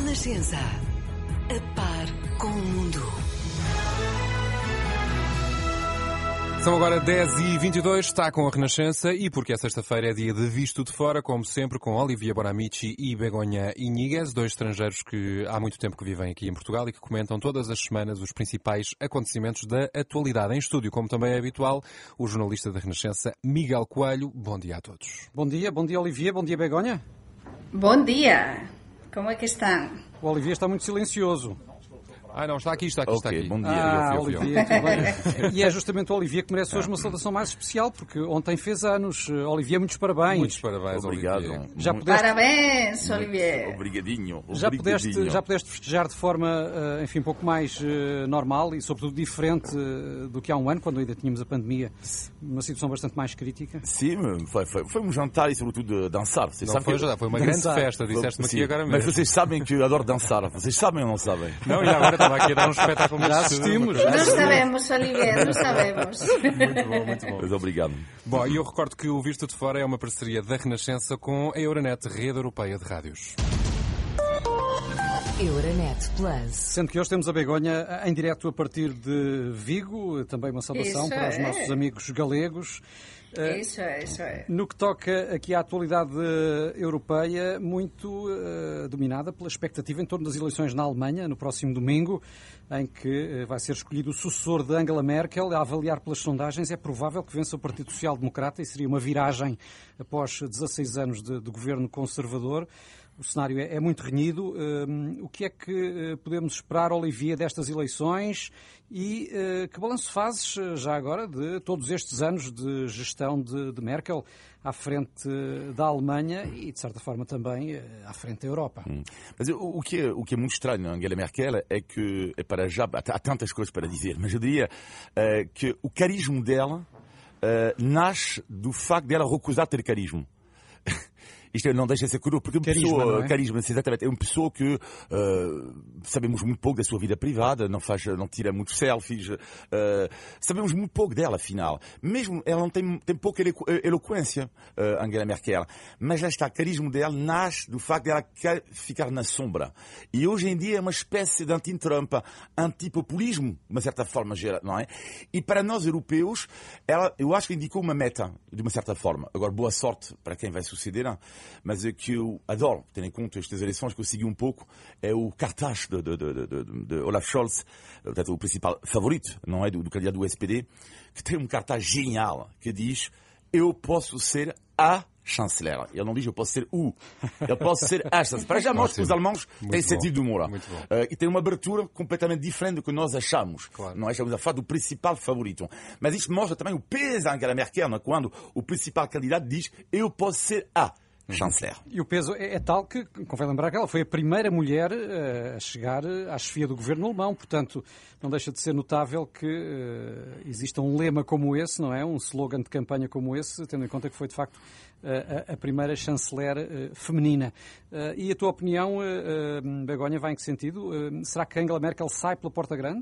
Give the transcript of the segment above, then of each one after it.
Renascença. A par com o mundo. São agora 10h22, está com a Renascença e porque é sexta-feira é dia de Visto de Fora, como sempre, com Olivia Bonamici e Begonha Iñiguez, dois estrangeiros que há muito tempo que vivem aqui em Portugal e que comentam todas as semanas os principais acontecimentos da atualidade. Em estúdio, como também é habitual, o jornalista da Renascença, Miguel Coelho. Bom dia a todos. Bom dia Olivia, bom dia Begonha. Bom dia, como é que estão? O Olivia está muito silencioso. Não, está aqui. Bom dia, Olivia, tudo bem. E é justamente o Olivia que merece hoje uma saudação mais especial, porque ontem fez anos. Olivia, muitos parabéns. Muitos parabéns, obrigado. Olivia. Parabéns, Olivia. Obrigadinho. Já pudeste festejar de forma, enfim, um pouco mais normal e, sobretudo, diferente do que há um ano, quando ainda tínhamos a pandemia, uma situação bastante mais crítica? Sim, foi um jantar e, sobretudo, dançar. Foi uma grande festa, disseste-me aqui agora mesmo. Mas vocês sabem que eu adoro dançar. Vocês sabem ou não sabem? Não, e agora estava aqui a dar um espetáculo. Já assistimos. Não sabemos, Olivia, não sabemos. Muito bom. Mas obrigado. Bom, e eu recordo que o Visto de Fora é uma parceria da Renascença com a Euronet, Rede Europeia de Rádios. Euronet Plus. Sendo que hoje temos a Begonha em direto a partir de Vigo, também uma saudação para os nossos amigos galegos. Isso é. No que toca aqui à atualidade europeia, muito dominada pela expectativa em torno das eleições na Alemanha, no próximo domingo, em que vai ser escolhido o sucessor de Angela Merkel. A avaliar pelas sondagens, é provável que vença o Partido Social Democrata e seria uma viragem após 16 anos de governo conservador. O cenário é muito renhido. O que é que podemos esperar, Olivia, destas eleições e que balanço fazes, já agora, de todos estes anos de gestão de Merkel à frente da Alemanha e, de certa forma, também à frente da Europa? Mas o que é muito estranho, Angela Merkel, é que, para já, há tantas coisas para dizer, mas eu diria que o carisma dela nasce do facto de ela recusar ter carisma. Isto não deixa de ser curioso, porque carisma, exatamente, é uma pessoa que sabemos muito pouco da sua vida privada, não tira muitos selfies, sabemos muito pouco dela, afinal. Mesmo ela não tem pouca eloquência, Angela Merkel, mas lá está, o carisma dela nasce do facto de ela querer ficar na sombra. E hoje em dia é uma espécie de anti-Trump, anti-populismo, de uma certa forma, não é? E para nós europeus, eu acho que indicou uma meta, de uma certa forma. Agora, boa sorte para quem vai suceder, mas o que eu adoro, tendo em conta estas eleições que eu segui um pouco, é o cartaz de Olaf Scholz, portanto, o principal favorito, não é, do candidato do SPD, que tem um cartaz genial que diz: eu posso ser a chanceler. Ele não diz eu posso ser eu posso ser a chanceler. Para já mostra que os alemães têm sentido de humor. E tem uma abertura completamente diferente do que nós achamos. Claro. Não estamos a falar do principal favorito. Mas isto mostra também o peso da Angela Merkel, quando o principal candidato diz eu posso ser a chanceler. E o peso é tal que, convém lembrar que ela foi a primeira mulher a chegar à chefia do governo alemão, portanto, não deixa de ser notável que exista um lema como esse, não é? Um slogan de campanha como esse, tendo em conta que foi, de facto, a primeira chanceler feminina. E a tua opinião, Begonha, vai em que sentido? Será que Angela Merkel sai pela porta grande?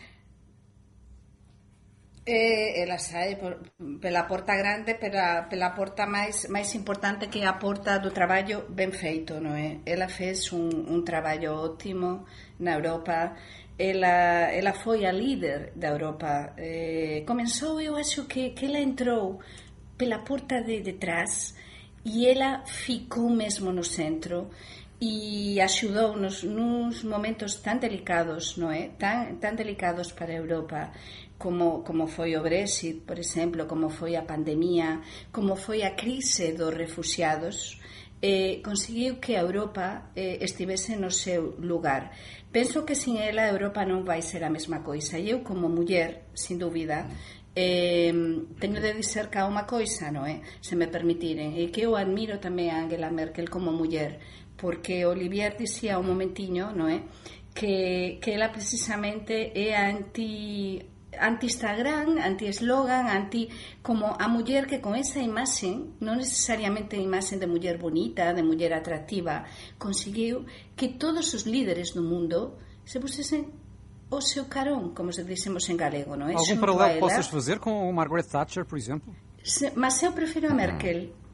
Ela sai pela porta grande, pela porta mais importante, que é a porta do trabalho bem feito, não é? Ela fez um trabalho ótimo na Europa. Ela foi a líder da Europa. Começou, eu acho que ela entrou pela porta de trás e ela ficou mesmo no centro e ajudou nos momentos tão delicados, não é? Tão delicados para a Europa, como foi o Brexit, por exemplo, como foi a pandemia, como foi a crise dos refugiados. Conseguiu que a Europa estivesse no seu lugar. Penso que sem ela a Europa não vai ser a mesma coisa. E eu, como mulher, sem dúvida, tenho de dizer cá uma coisa, não é? Se me permitirem, e que eu admiro também a Angela Merkel como mulher, porque Olivier dizia um momentinho, não é? Que ela precisamente é anti-Instagram, anti-slogan, como a mulher que com essa imagem, não necessariamente a imagem de mulher bonita, de mulher atrativa, conseguiu que todos os líderes do mundo se pusessem o seu carão, como se dissemos em galego, não é? Algum paralelo que possas fazer com Margaret Thatcher, por exemplo? Mas eu prefiro a Merkel.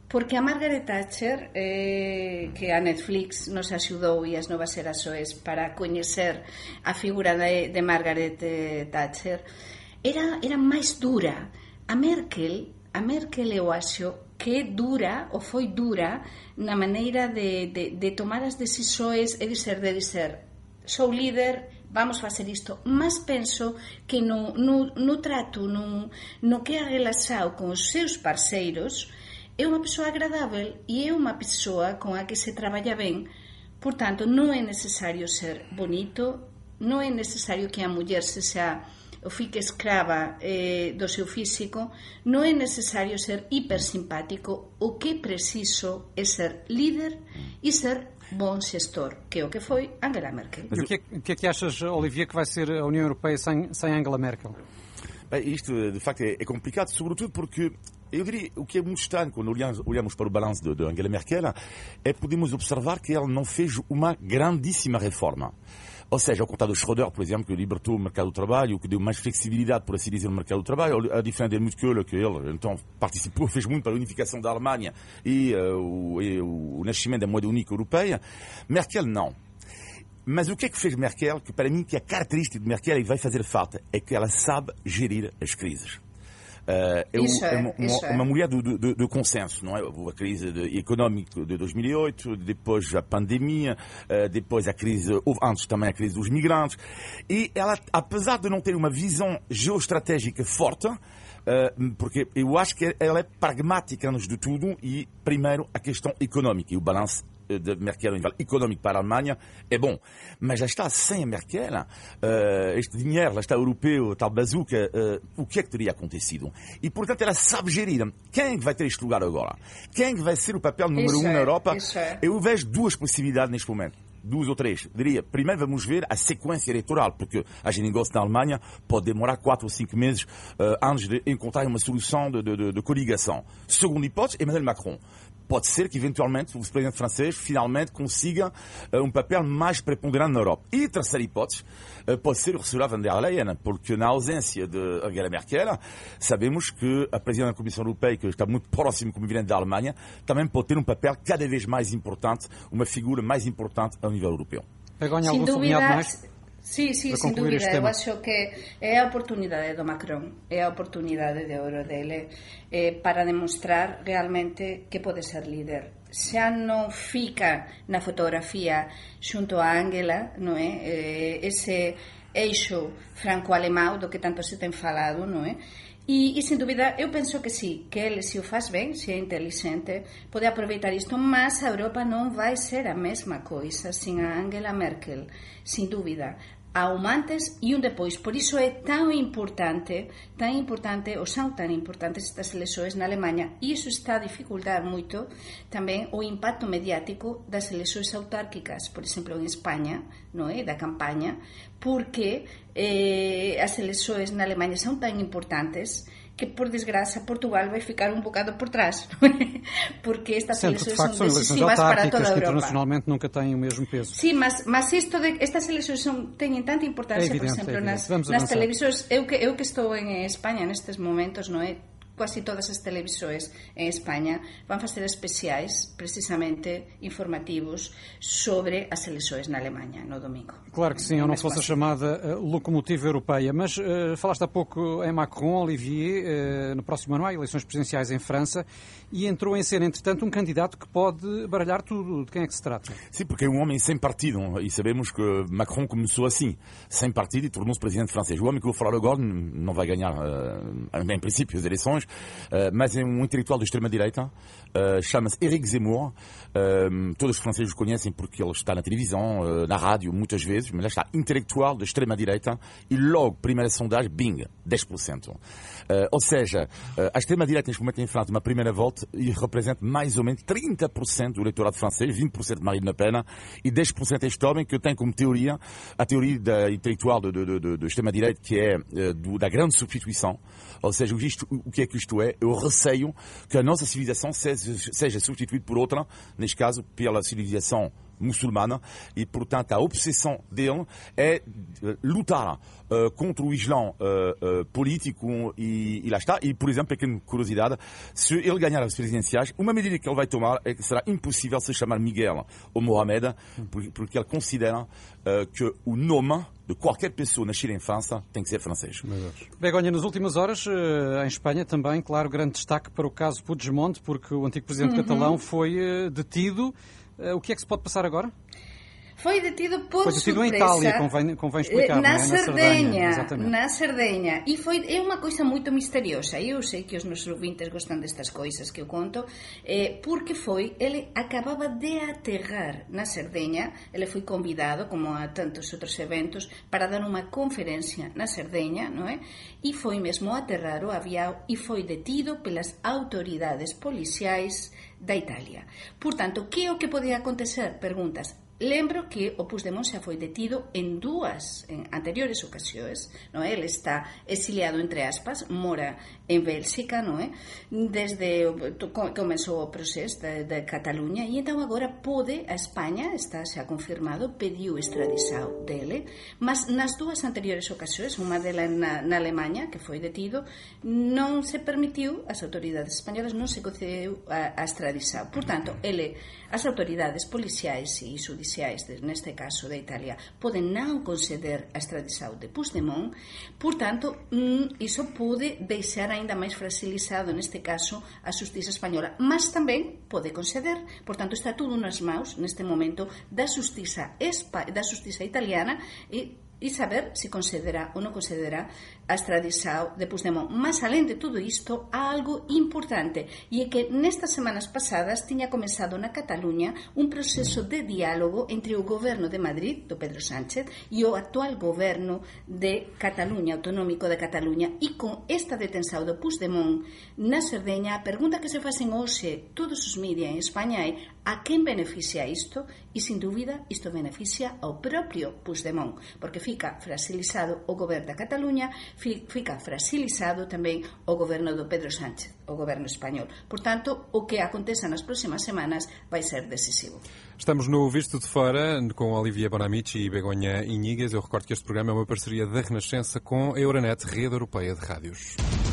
Porque a Margaret Thatcher, que a Netflix nos axudou e as novas xerasoes para coñecer a figura de Margaret Thatcher, era máis dura. A Merkel eu acho que é dura, ou foi dura, na maneira de tomar as decisões e de dizer sou líder, vamos facer isto, mas penso que no trato, no que é relaxado con os seus parceiros, é unha persoa agradável e é unha persoa con a que se traballa ben. Portanto, non é necesario ser bonito, non é necesario que a muller fique escrava do seu físico, non é necesario ser hipersimpático. O que é preciso é ser líder e ser bom gestor, que é o que foi Angela Merkel. E o que é que achas, Olivier, que vai ser a União Europeia sem Angela Merkel? Bem, isto, de facto, é complicado, sobretudo porque eu diria, o que é muito estranho quando olhamos para o balanço de Angela Merkel é podemos observar que ela não fez uma grandíssima reforma. Ou seja, ao contrário do Schröder, por exemplo, que libertou o mercado do trabalho, que deu mais flexibilidade, por assim dizer, no mercado do trabalho, a diferença de Helmut Kohl, que ele então participou, fez muito para a unificação da Alemanha e o nascimento da moeda única europeia, Merkel não. Mas o que é que fez Merkel, que para mim que é característica de Merkel e vai fazer falta, é que ela sabe gerir as crises. Uma mulher do consenso, não é? A crise económica de 2008, depois a pandemia, depois a crise, houve antes também a crise dos migrantes, e ela, apesar de não ter uma visão geoestratégica forte, porque eu acho que ela é pragmática antes de tudo, e primeiro a questão económica e o balanço de Merkel a nível económico para a Alemanha é bom, mas já está sem a Merkel, este dinheiro, lá está europeu, tal bazuca, o que é que teria acontecido? E portanto ela sabe gerir. Quem vai ter este lugar agora? Quem vai ser o papel número 1 na Europa? Eu vejo duas possibilidades neste momento. 2 ou 3. Diria, primeiro vamos ver a sequência eleitoral, porque a gente negócio na Alemanha pode demorar 4 ou 5 meses antes de encontrar uma solução de coligação. Segunda hipótese, Emmanuel Macron. Pode ser que, eventualmente, o presidente francês finalmente consiga um papel mais preponderante na Europa. E a terceira hipótese pode ser Ursula von der Leyen, porque na ausência de Angela Merkel, sabemos que a presidente da Comissão Europeia, que está muito próximo como evidente da Alemanha, também pode ter um papel cada vez mais importante, uma figura mais importante a nível europeu. Begonha, algum sublinhado mais? Sí, sin dúbida, eu acho que é a oportunidade do Macron, é a oportunidade de ouro dele para demonstrar realmente que pode ser líder. Xa non fica na fotografía xunto a Angela, non é? Ese eixo franco-alemão do que tanto se ten falado, non é? E sin dúbida, eu penso que sí, que ele, se o faz ben, se é inteligente, pode aproveitar isto, mas a Europa non vai ser a mesma coisa sin a Angela Merkel, sin dúbida. Há um antes e um depois. Por isso é tão importante, ou são tão importantes estas eleições na Alemanha. E isso está a dificultar muito também o impacto mediático das eleições autárquicas, por exemplo, em Espanha, não é? Da campanha, porque as eleições na Alemanha são tão importantes que, por desgraça, Portugal vai ficar um bocado por trás, porque estas eleições são decisivas para toda a Europa. Internacionalmente nunca têm o mesmo peso. Sim, mas estas eleições têm tanta importância, por exemplo, nas televisões. Eu que estou em Espanha nestes momentos, não é? Quase todas as televisões em Espanha vão fazer especiais, precisamente informativos, sobre as eleições na Alemanha no domingo. Claro que sim, ou não fosse a chamada locomotiva europeia. Mas falaste há pouco em Macron, Olivier, no próximo ano há eleições presidenciais em França e entrou em cena, entretanto, um candidato que pode baralhar tudo. De quem é que se trata? Sim, porque é um homem sem partido e sabemos que Macron começou assim, sem partido e tornou-se presidente francês. O homem que eu vou falar agora não vai ganhar, em princípio, as eleições, mas é um intelectual de extrema-direita, chama-se Éric Zemmour. Todos os franceses o conhecem porque ele está na televisão, na rádio, muitas vezes, mas lá está, intelectual de extrema-direita e logo, primeira sondagem, bing, 10%. Ou seja, a extrema-direita neste momento em França, uma primeira volta, e representa mais ou menos 30% do eleitorado francês, 20% de Marine Le Pen e 10% este homem que tem como teoria, a teoria da intelectual de extrema-direita, que é da grande substituição. Ou seja, o que é que isto é? Eu receio que a nossa civilização seja substituída por outra, neste caso pela civilização muçulmana e, portanto, a obsessão dele é lutar contra o Islã político e lá está. E, por exemplo, pequena curiosidade, se ele ganhar as presidenciais, uma medida que ele vai tomar é que será impossível se chamar Miguel ou Mohamed, porque ele considera que o nome de qualquer pessoa nascida em França tem que ser francês. Begonha, nas últimas horas, em Espanha também, claro, grande destaque para o caso Puigdemont, porque o antigo presidente catalão foi detido. O que é que se pode passar agora? Foi detido por foi detido surpresa, em Itália, convém explicar, na Sardenha. Exatamente. Na Sardenha. E é uma coisa muito misteriosa. Eu sei que os nossos ouvintes gostam destas coisas que eu conto, porque ele acabava de aterrar na Sardenha, ele foi convidado, como a tantos outros eventos, para dar uma conferência na Sardenha, não é? E foi mesmo aterrar o avião e foi detido pelas autoridades policiais da Itália. Portanto, que é o que podia acontecer? Perguntas. Lembro que o Puigdemont xa foi detido en anteriores ocasións, non é? Ele está exiliado, entre aspas, mora en Bélxica, non é? Desde comenzou o proceso de Cataluña e então agora pode a España, está xa confirmado, pediu extradição dele, mas nas dúas anteriores ocasións, unha delas na Alemanha, que foi detido, non se permitiu, as autoridades españolas non se concedeu a extradição. Portanto, as autoridades policiais e judiciais, neste caso de Italia, poden non conceder a extradição de Puigdemont. Portanto, iso pode deixar ainda máis fragilizado, neste caso, a justiza española, mas tamén pode conceder. Portanto, está tudo nas mãos, neste momento, da justiza italiana e saber se concederá ou non concederá a extradição de Puigdemont. Mas, além de tudo isto, há algo importante, e é que nestas semanas pasadas tiña comenzado na Cataluña un proceso de diálogo entre o governo de Madrid, do Pedro Sánchez, e o actual governo de Cataluña, autonómico de Cataluña, e con esta detenção de Puigdemont na Sardenha, a pergunta que se facen hoxe todos os mídia en España é a quen beneficia isto, e, sin dúbida, isto beneficia ao propio Puigdemont, porque fica fragilizado o goberno da Cataluña, fica fragilizado tamén o goberno do Pedro Sánchez, o goberno español. Portanto, o que aconteça nas próximas semanas vai ser decisivo. Estamos no Visto de Fora, com Olivia Bonamici e Begonha Iñiguez. Eu recordo que este programa é uma parceria da Renascença com a Euronet, Rede Europeia de Rádios.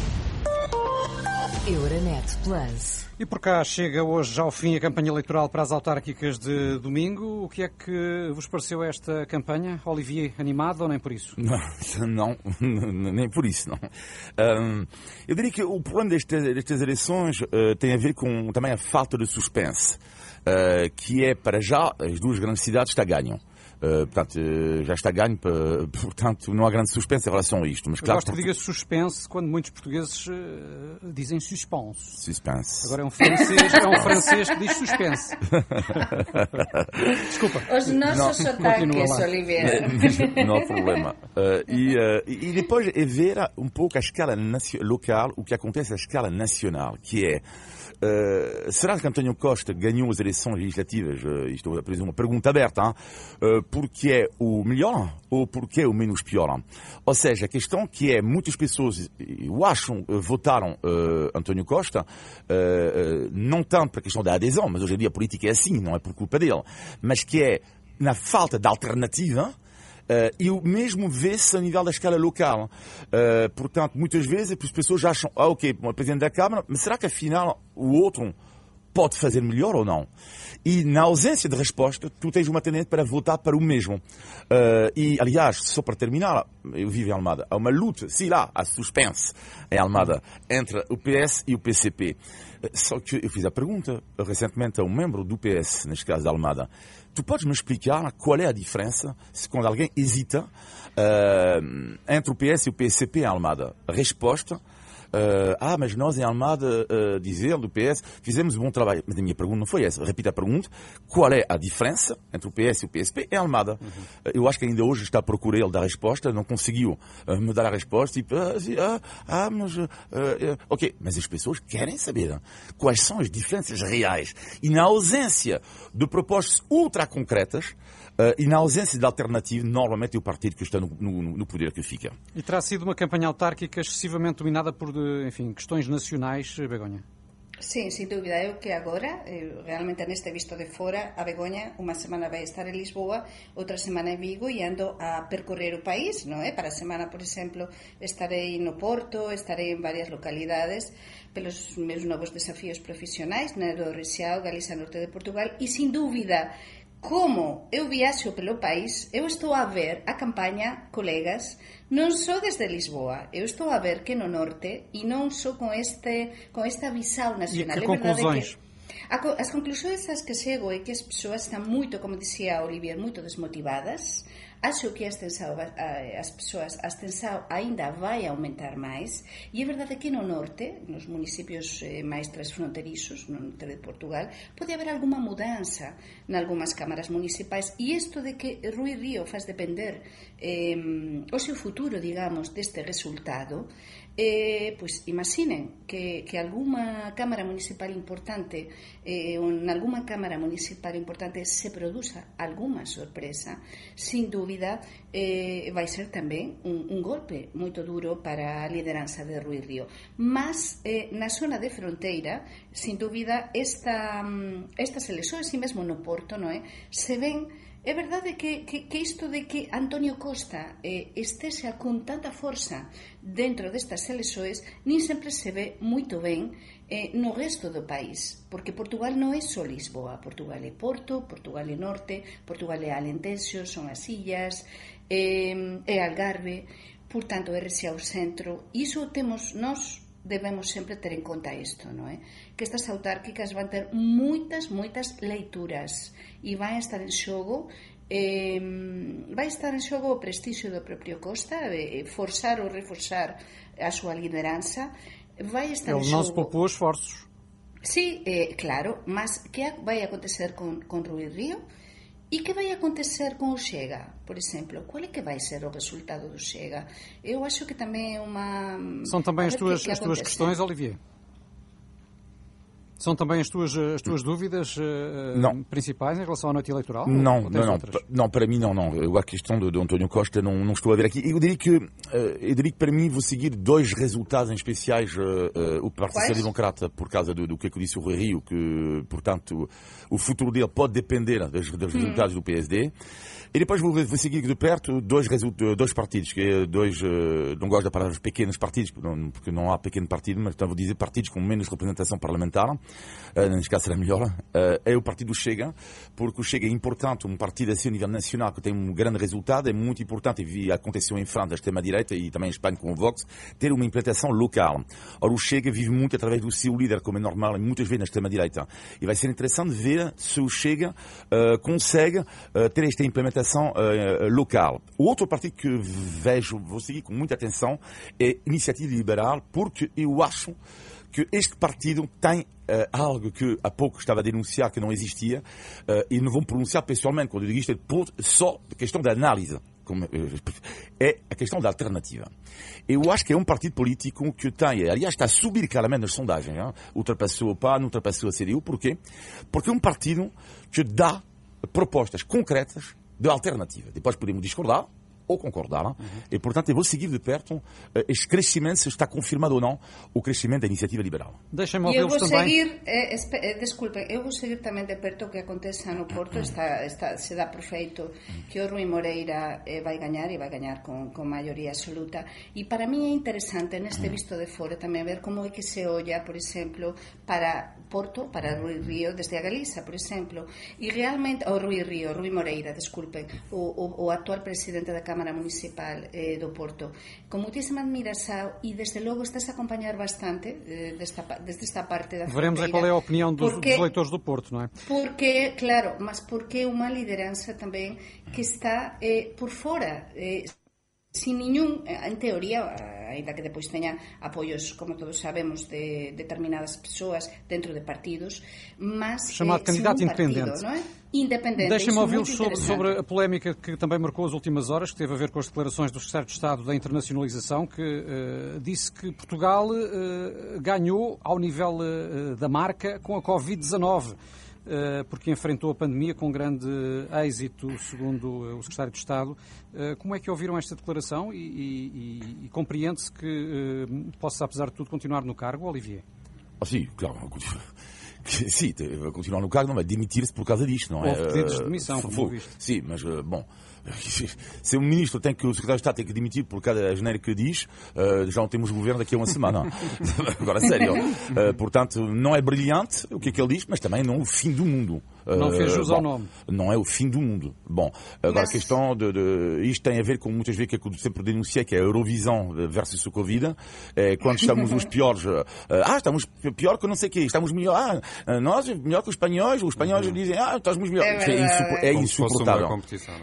Euronet Plus. E por cá chega hoje ao fim a campanha eleitoral para as autárquicas de domingo. O que é que vos pareceu esta campanha? Olivier, animado ou nem por isso? Não, nem por isso, não. Eu diria que o problema destas eleições tem a ver com também a falta de suspense, que é, para já, as duas grandes cidades está ganham. Portanto, já está ganho, portanto, não há grande suspense em relação a isto. Mas, claro, eu gosto que diga suspense quando muitos portugueses dizem suspense. Suspense. Agora é um francês que diz suspense. Desculpa. Os nossos sotaques, Olivier. Não há problema. E depois é ver um pouco a escala local, o que acontece à escala nacional, que é será que António Costa ganhou as eleições legislativas? Isto é uma pergunta aberta, porque é o melhor ou porque é o menos pior? Ou seja, a questão que é, muitas pessoas, eu acho, votaram António Costa, não tanto para a questão da adesão, mas hoje em dia a política é assim, não é por culpa dele, mas que é na falta de alternativa. E o mesmo vê-se a nível da escala local. Portanto, muitas vezes as pessoas acham, ok, o Presidente da Câmara, mas será que afinal o outro pode fazer melhor ou não? E na ausência de resposta, tu tens uma tendência para votar para o mesmo. E, aliás, só para terminar, eu vivo em Almada, há uma luta, se lá, há suspense em Almada, entre o PS e o PCP. Só que eu fiz a pergunta recentemente a um membro do PS, neste caso de Almada. Tu podes me explicar qual é a diferença se quando alguém hesita entre o PS e o PCP em Almada? A resposta, mas nós em Almada, diz ele, do PS, fizemos um bom trabalho. Mas a minha pergunta não foi essa. Repito a pergunta, qual é a diferença entre o PS e o PSP em Almada? Eu acho que ainda hoje está a procurar ele dar a resposta, não conseguiu me dar a resposta. Tipo, ok, mas as pessoas querem saber quais são as diferenças reais. E na ausência de propostas ultra concretas, e na ausência de alternativa, normalmente é o partido que está no poder que fica. E terá sido uma campanha autárquica excessivamente dominada por, enfim, questões nacionais, Begonha? Sim, sin dúbida. Eu que agora, realmente neste visto de fora, a Begoña unha semana vai estar en Lisboa, outra semana en Vigo e ando a percorrer o país, non é? Para a semana, por exemplo, estarei no Porto, estarei en varias localidades pelos meus novos desafíos profesionais, na do Rexao, Galiza, norte de Portugal, e sin dúbida, como eu viaxo pelo país, eu estou a ver a campaña, colegas, non só desde Lisboa, eu estou a ver que no norte e non só con esta visão nacional. E que conclusões? As conclusões as que chego é que as persoas están moito, como dicía Olivier, moito desmotivadas. Acho que as persoas, a extensão ainda vai aumentar máis, e é verdade que no norte, nos municipios máis transfronterizos, no norte de Portugal, pode haber alguma mudanza nalgúmas cámaras municipais, e isto de que Rui Río faz depender o seu futuro, digamos, deste resultado, pois imaginen que alguma cámara municipal importante ou en alguma cámara municipal importante se produza alguma sorpresa, sin dúbida vai ser tamén un golpe moito duro para a lideranza de Rui Río. Mas na zona de fronteira, sin dúbida, estas eleccións, e mesmo no Porto, non é? Se ven. É verdade que isto de que Antonio Costa estexa con tanta forza dentro destas eleccións nin sempre se ve moito ben no resto do país, porque Portugal non é só Lisboa, Portugal é Porto, Portugal é Norte, Portugal é Alentexo, son as illas, é Algarve, por tanto é Rexao Centro, e iso temos nós. Debemos sempre ter en conta isto, non é? Que estas autárquicas van ter moitas leituras e vai estar en xogo o prestixio do propio Costa, forçar ou reforçar a súa liderança, vai estar en xogo. Ele non se poupou esforços. Sí, claro, mas que vai acontecer con Rui Río? E que vai acontecer con o Chega, por exemplo? Qual é que vai ser o resultado do Chega? Eu acho que tamén é uma... São também as tuas questões, Olivier? São também as tuas dúvidas principais em relação à noite eleitoral? Não, para mim não. Eu, a questão do António Costa não estou a ver aqui. Eu diria que para mim vou seguir dois resultados em especiais. O Partido Social Democrata, por causa do que disse o Rui Rio, que, portanto, o futuro dele pode depender dos resultados do PSD. E depois vou seguir de perto dois partidos, não gosto da palavra pequenos partidos, porque não há pequeno partido, mas então vou dizer partidos com menos representação parlamentar, neste caso será melhor, é o partido Chega, porque o Chega é importante, um partido assim a nível nacional que tem um grande resultado, é muito importante, e aconteceu em França, a extrema-direita, e também em Espanha com o Vox, ter uma implementação local. Ora, o Chega vive muito através do seu líder, como é normal, e muitas vezes na extrema-direita. E vai ser interessante ver se o Chega consegue ter esta implementação local. O outro partido que vou seguir com muita atenção é a Iniciativa Liberal, porque eu acho que este partido tem algo que há pouco estava a denunciar que não existia, e não vou pronunciar pessoalmente quando eu digo isto, só a questão da análise. É a questão da alternativa. Eu acho que é um partido político que tem, aliás, está a subir claramente nas sondagens, ultrapassou o PAN, ultrapassou a CDU. Porquê? Porque é um partido que dá propostas concretas de alternativa. Depois podemos discordar ou concordar. E, portanto, eu vou seguir de perto este crescimento, se está confirmado ou não o crescimento da Iniciativa Liberal. Deixem-me ouvi-los também. Desculpem, eu vou seguir também de perto o que acontece no Porto. Se dá por feito que o Rui Moreira vai ganhar, e vai ganhar com maioria absoluta. E para mim é interessante, neste visto de fora, também ver como é que se olha, por exemplo, para Porto, para Rui Río, desde a Galiza, por exemplo. E realmente, Rui Moreira, desculpen, o actual presidente da Cámara Municipal do Porto, con moitísima admiração, e desde logo estás a acompanhar bastante desde esta parte da fronteira. Veremos qual é a opinião dos eleitores do Porto, não é? Porque, claro, mas porque é uma liderança também que está por fora, sin ningún, en teoría, ainda que depois teña apoios, como todos sabemos, de determinadas persoas dentro de partidos, mas chamado candidato independente, não é? Independente. Deixem-me ouvi-los sobre a polémica que também marcou as últimas horas, que teve a ver com as declarações do Secretário de Estado da Internacionalização, que disse que Portugal ganhou ao nível da marca com a Covid-19. Porque enfrentou a pandemia com grande êxito, segundo o Secretário de Estado. Como é que ouviram esta declaração e compreende-se que possa, apesar de tudo, continuar no cargo, Olivier? Sim, claro. Sim, vai continuar no cargo, não vai demitir-se por causa disto, não é? Houve pedidos de demissão, como viste. Sim, mas, bom... Se o ministro tem que, o secretário de Estado tem que demitir por cada janeiro que diz, já não temos governo daqui a uma semana. Agora, sério. Portanto, não é brilhante o que é que ele diz, mas também não é o fim do mundo. Não fez jus ao nome. Não é o fim do mundo. Bom, agora a questão isto tem a ver com muitas vezes que eu sempre denunciei, que é a Eurovisão versus o Covid. Quando estamos os piores, estamos pior que não sei o quê, estamos melhor, nós melhor que os espanhóis dizem, estamos melhor. É insuportável.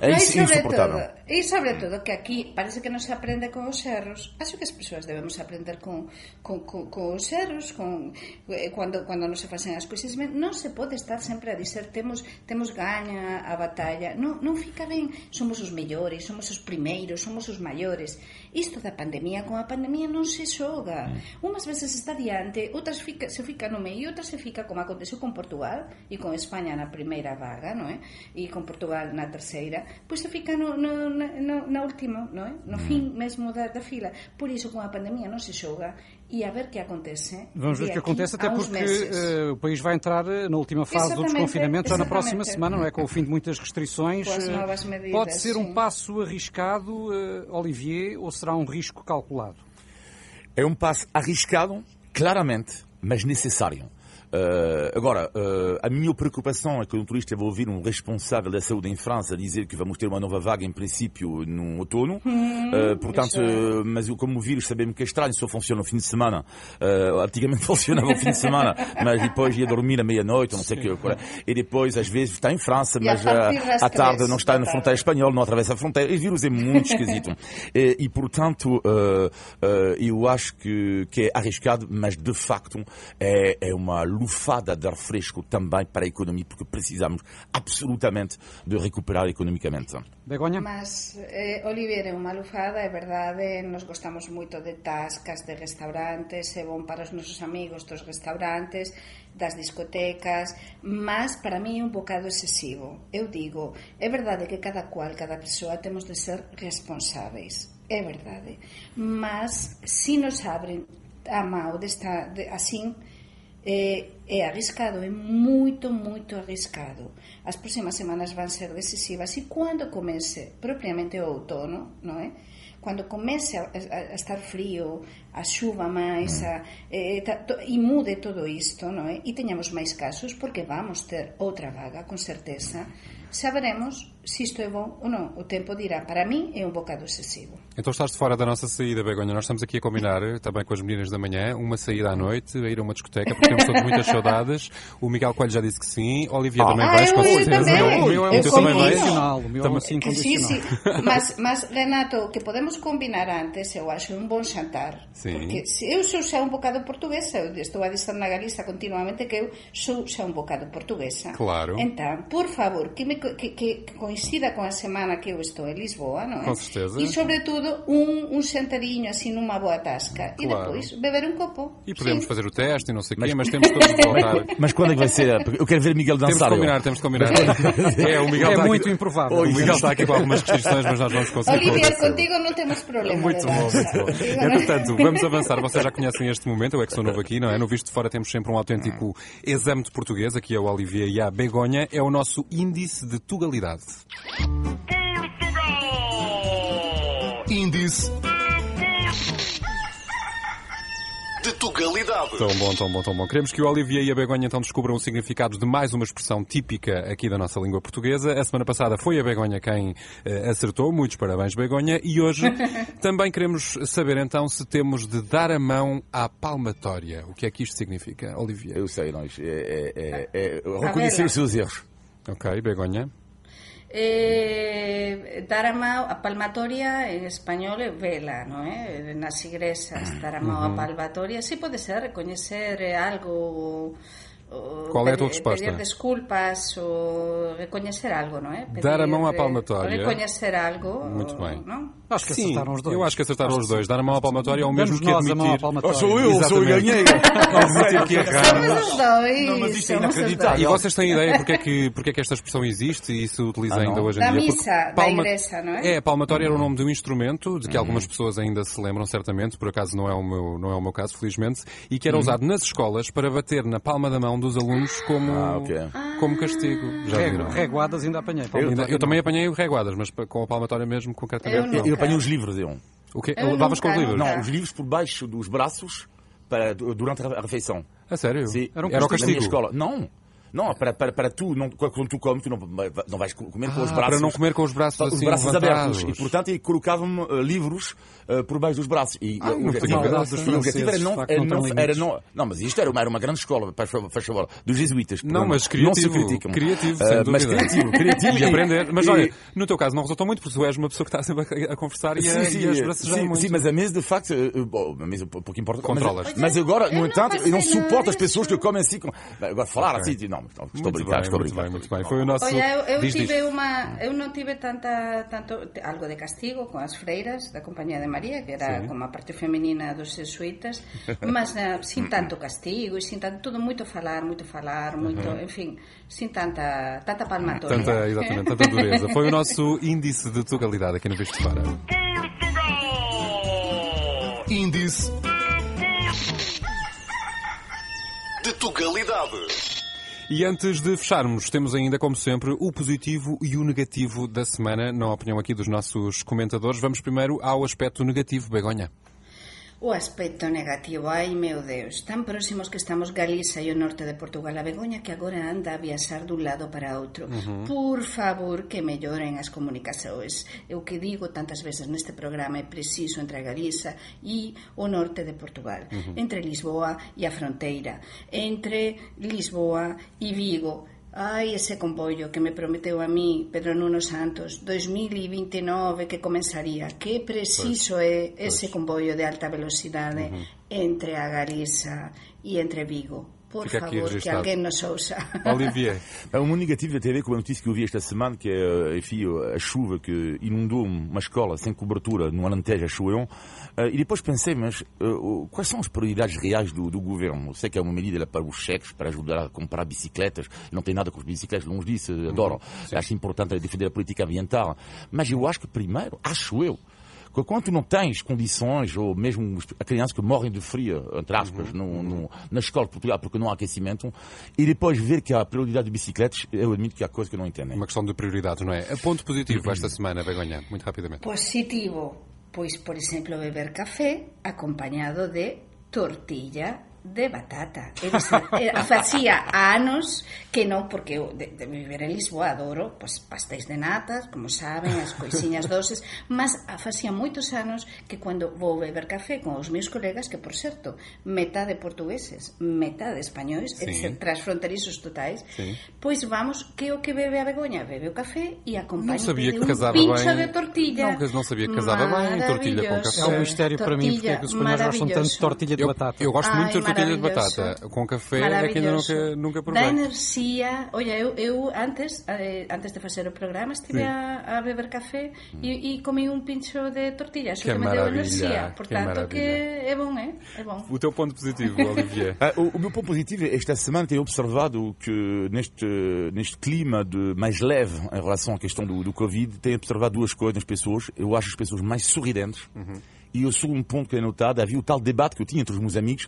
E sobre todo que aquí parece que non se aprende con os erros. Acho que as persoas debemos aprender con os erros, cando non se facen as cousas ben. Non se pode estar sempre a dizer temos gaña a batalla. Non fica ben. Somos os mellores, somos os primeiros, somos os maiores. Isto da pandemia, con a pandemia non se xoga. Unhas veces está diante, outras se fica no meio, outras se fica como aconteceu con Portugal e con España na primeira vaga, non é? E con Portugal na terceira. Pois se fica na última, non é? No fin mesmo da fila. Por iso, com a pandemia non se xoga e a ver que acontece. Vamos ver o que acontece, até porque o país vai entrar na última fase do desconfinamento já na próxima semana, não é? Com o fim de muitas restrições. Com as novas medidas, pode ser um sim. passo arriscado, Olivier, ou será um risco calculado? É um passo arriscado, claramente, mas necessário. Agora, a minha preocupação é que o turista vai ouvir um responsável da saúde em França dizer que vamos ter uma nova vaga em princípio no outono. Portanto, mas como o vírus sabemos que é estranho, só funciona no fim de semana. Antigamente funcionava no fim de semana, mas depois ia dormir à meia-noite, não sei o que. E depois, às vezes, está em França, mas à tarde não está na fronteira espanhola, não atravessa a fronteira. E o vírus é muito esquisito. E portanto, eu acho que é arriscado, mas de facto é uma lufada de refresco também para a economia, porque precisamos absolutamente de recuperar economicamente. Begoña? Mas, Olivier, é unha lufada, é verdade, nos gostamos moito de tascas, de restaurantes, é bom para os nosos amigos dos restaurantes, das discotecas, mas para mí é un bocado excesivo. Eu digo, é verdade que cada persoa temos de ser responsáveis, é verdade, mas se nos abren a mão assim, é arriscado, é moito arriscado. As próximas semanas van ser decisivas e quando comece propriamente o outono, non é? Quando comece a estar frío, a xuva máis, e mude todo isto, non é? E teñamos máis casos, porque vamos ter outra vaga, con certeza, saberemos se isto é bom ou non. O tempo dirá. Para mim é um bocado excessivo. Então estás de fora da nossa saída, Begoña. Nós estamos aqui a combinar, também com as meninas da manhã, uma saída à noite, a ir a uma discoteca, porque temos todos muitas saudades. O Miguel Coelho já disse que sim. Olivia também vais, com certeza. O meu é um condicional. O meu é assim incondicional. Sim. Mas, Renato, o que podemos combinar antes, eu acho, um bom jantar. Sim. Porque eu sou xa un bocado portuguesa, eu estou a dizer na Galiza continuamente que eu sou xa un bocado portuguesa. Claro. Então, por favor, que coincida com a semana que eu estou em Lisboa, não é? Com certeza. E, sobretudo, um sentadinho assim numa boa tasca. Claro. E depois beber um copo. E podemos Sim. fazer o teste e não sei o quê, mas temos todos de voltar. Mas quando é que vai ser? Eu quero ver Miguel dançar. Temos de combinar. O Miguel é muito improvável. O Miguel está aqui com algumas restrições, mas nós vamos conseguir. Olivier, contigo não temos problema. Muito bom. Entretanto, vamos avançar. Vocês já conhecem este momento, eu é que sou novo aqui, não é? No Visto de Fora temos sempre um autêntico exame de português. Aqui é o Olivier e a Begoña. É o nosso índice de tugalidade. Índice de tugalidade. Tão bom. Queremos que o Olivier e a Begoña então descubram os significados de mais uma expressão típica aqui da nossa língua portuguesa. A semana passada foi a Begoña quem acertou. Muitos parabéns, Begoña. E hoje também queremos saber então se temos de dar a mão à palmatória. O que é que isto significa, Olivier? Eu sei, nós. Reconhecer os seus erros. Ok, Begoña. Dar a mão, a palmatoria en español é vela, non é? Nas igrexas, dar a mão a palmatoria, si pode ser recoñecer algo Qual é a tua resposta? Pedir desculpas ou reconhecer algo, não é? Dar a mão à palmatória. Reconhecer algo. Muito bem. Não? Acho que acertaram os dois. Eu acho que acertaram os dois. Dar a mão à palmatória é o mesmo que Damos nós a mão à admitir. palmatória. Sou eu ganhei. Admitir que erramos. Somos os dois. Não, mas isto é somos os inacreditável. E dois. vocês têm ideia porque é que esta expressão existe e se utiliza ainda hoje em Da dia? Porque missa, da igreja, não é? A palmatória era o nome de um instrumento de que algumas pessoas ainda se lembram, certamente, por acaso não é o meu caso, felizmente, e que era usado nas escolas para bater na palma da mão dos alunos como castigo. Já viram? Reguadas ainda apanhei. Eu também apanhei reguadas, mas com a palmatória mesmo, concretamente. Eu apanhei os livros, eu. O quê? Eu Levavas com os nunca, livros? nunca. Não, os livros por baixo dos braços durante a refeição. A sério? Sim. Era o Na minha castigo? escola. Não, para tu, quando tu comes, tu não vais comer com os braços. Para não comer com os braços assim abertos. levantados. E, portanto, colocavam livros por baixo dos braços. E não o tinha objetivo franceses, era não, mas isto era uma grande escola, faz favor, dos jesuítas. Não, mas não se criativo. criticam. Criativo, sem dúvida. Mas criativo. E aprender. Mas olha, no teu caso não resultou muito, porque tu és uma pessoa que está sempre a conversar e a esbracejar muito. Sim, mas a mesa, de facto, a mesa pouco importa. Controlas. Mas agora, no entanto, eu não suporto as isso. pessoas que comem assim. Agora, falar assim, não, estou a brincar. Muito bem. Foi o nosso... Olha, eu Diz. não tive tanto algo de castigo com as freiras da Compañía de María, que era como a parte feminina dos jesuítas, mas sin tanto castigo e sin tanto, tudo muito falar, muito, enfim, sin tanta palmatória. Exatamente, tanta dureza. Foi o nosso índice de tugalidade aqui no Visto de Fora. Índice de Tugalidade. E antes de fecharmos, temos ainda, como sempre, o positivo e o negativo da semana, na opinião aqui dos nossos comentadores. Vamos primeiro ao aspecto negativo, Begonha. O aspecto negativo, ai meu Deus, tan próximos que estamos Galiza e o norte de Portugal, a Begoña que agora anda a viaxar dun lado para outro. Por favor, que melloren as comunicacións. Eu que digo tantas veces neste programa, é preciso entre a Galiza e o norte de Portugal, entre Lisboa e a fronteira, entre Lisboa e Vigo. Ai, ese comboio que me prometeu a mí Pedro Nuno Santos 2029 que comenzaría, que preciso é ese comboio de alta velocidade entre a Galiza e entre Vigo. Por favor, que alguém nos ouça. Olivier. O meu negativo tem a ver com a notícia que eu vi esta semana, que é, enfim, a chuva que inundou uma escola sem cobertura no Alentejo, a Chouillon. E depois pensei, mas quais são as prioridades reais do governo? Eu sei que é uma medida para os cheques, para ajudar a comprar bicicletas. Não tem nada com as bicicletas, longe disso, adoro. Acho importante defender a política ambiental. Mas eu acho que primeiro, acho eu, que quando tu não tens condições, ou mesmo a crianças que morrem de frio, entre aspas, na escola de Portugal, porque não há aquecimento, e depois ver que há prioridade de bicicletas, eu admito que há coisa que eu não entendo. Uma questão de prioridades, não é? A ponto positivo esta semana, Begonha, muito rapidamente. Positivo, pois, por exemplo, beber café acompañado de tortilla de batata. Facía anos que non, porque eu de viver en Lisboa adoro pastéis de natas, como saben, as coisiñas doces, mas facía moitos anos que cando vou beber café con os meus colegas, que por certo, metade portugueses, metade españois, transfronterizos totais, pois vamos, que o que bebe a Begoña? Bebe o café e acompaña de un pincho de tortilla. Não sabia que casava bem, tortilha com café. É um mistério para mim porque é que os espanhóis gostam tanto de tortilha de batata. Eu gosto muito de tortilha de batata. Com café é que ainda nunca provei. Dá enerxía. Olha, eu antes de facer o programa estive a beber café e comi un pincho de tortilla. Eso que me deu enerxía. Portanto, que é bom, é bom. O teu ponto positivo, Olivier? O meu ponto positivo, esta semana tenho observado que neste clima mais leve em relação à questão do Covid, tenho observado duas coisas nas pessoas. Eu acho as pessoas mais sorridentes. E o segundo ponto que é notado, havia o tal debate que eu tinha entre os meus amigos.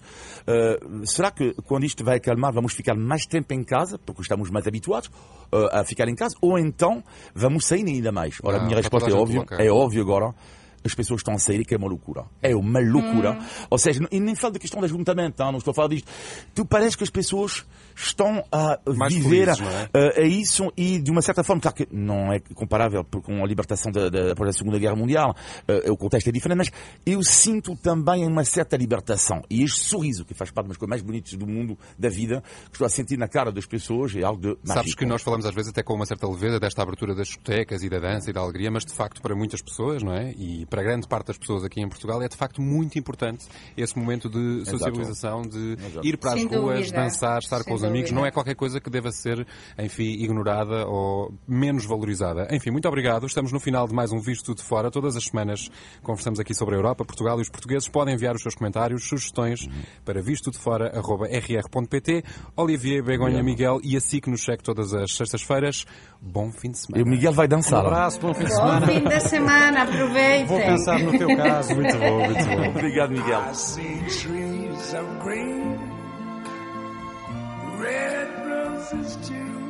Será que quando isto vai acalmar vamos ficar mais tempo em casa, porque estamos mais habituados a ficar em casa, ou então vamos sair ainda mais? Ora, a minha resposta é óbvio agora. As pessoas estão a sair, que é uma loucura. É uma loucura. Ou seja, e nem falo da questão de ajuntamento, não estou a falar disto. Tu parece que as pessoas estão a mais viver felizes, não é? a isso e, de uma certa forma, claro que não é comparável com a libertação após a Segunda Guerra Mundial, o contexto é diferente, mas eu sinto também uma certa libertação. E este sorriso, que faz parte das coisas mais bonitas do mundo, da vida, que estou a sentir na cara das pessoas, é algo de mágico. Sabes que nós falamos às vezes até com uma certa leveza desta abertura das discotecas e da dança e da alegria, mas de facto para muitas pessoas, não é? E para grande parte das pessoas aqui em Portugal é de facto muito importante esse momento de sociabilização, de ir para as ruas, dançar, estar com os os amigos, não é qualquer coisa que deva ser, enfim, ignorada ou menos valorizada. Enfim, muito obrigado. Estamos no final de mais um Visto de Fora. Todas as semanas conversamos aqui sobre a Europa, Portugal, e os portugueses podem enviar os seus comentários, sugestões para vistodefora@rr.pt. Olivier, Begonha, Miguel e a SIC nos segue todas as sextas-feiras. Bom fim de semana. E o Miguel vai dançar. Um abraço, bom fim de Bom semana. fim de semana, aproveitem. Vou pensar no teu caso. Muito bom, muito bom. Obrigado, Miguel. I see trees of green, red roses too.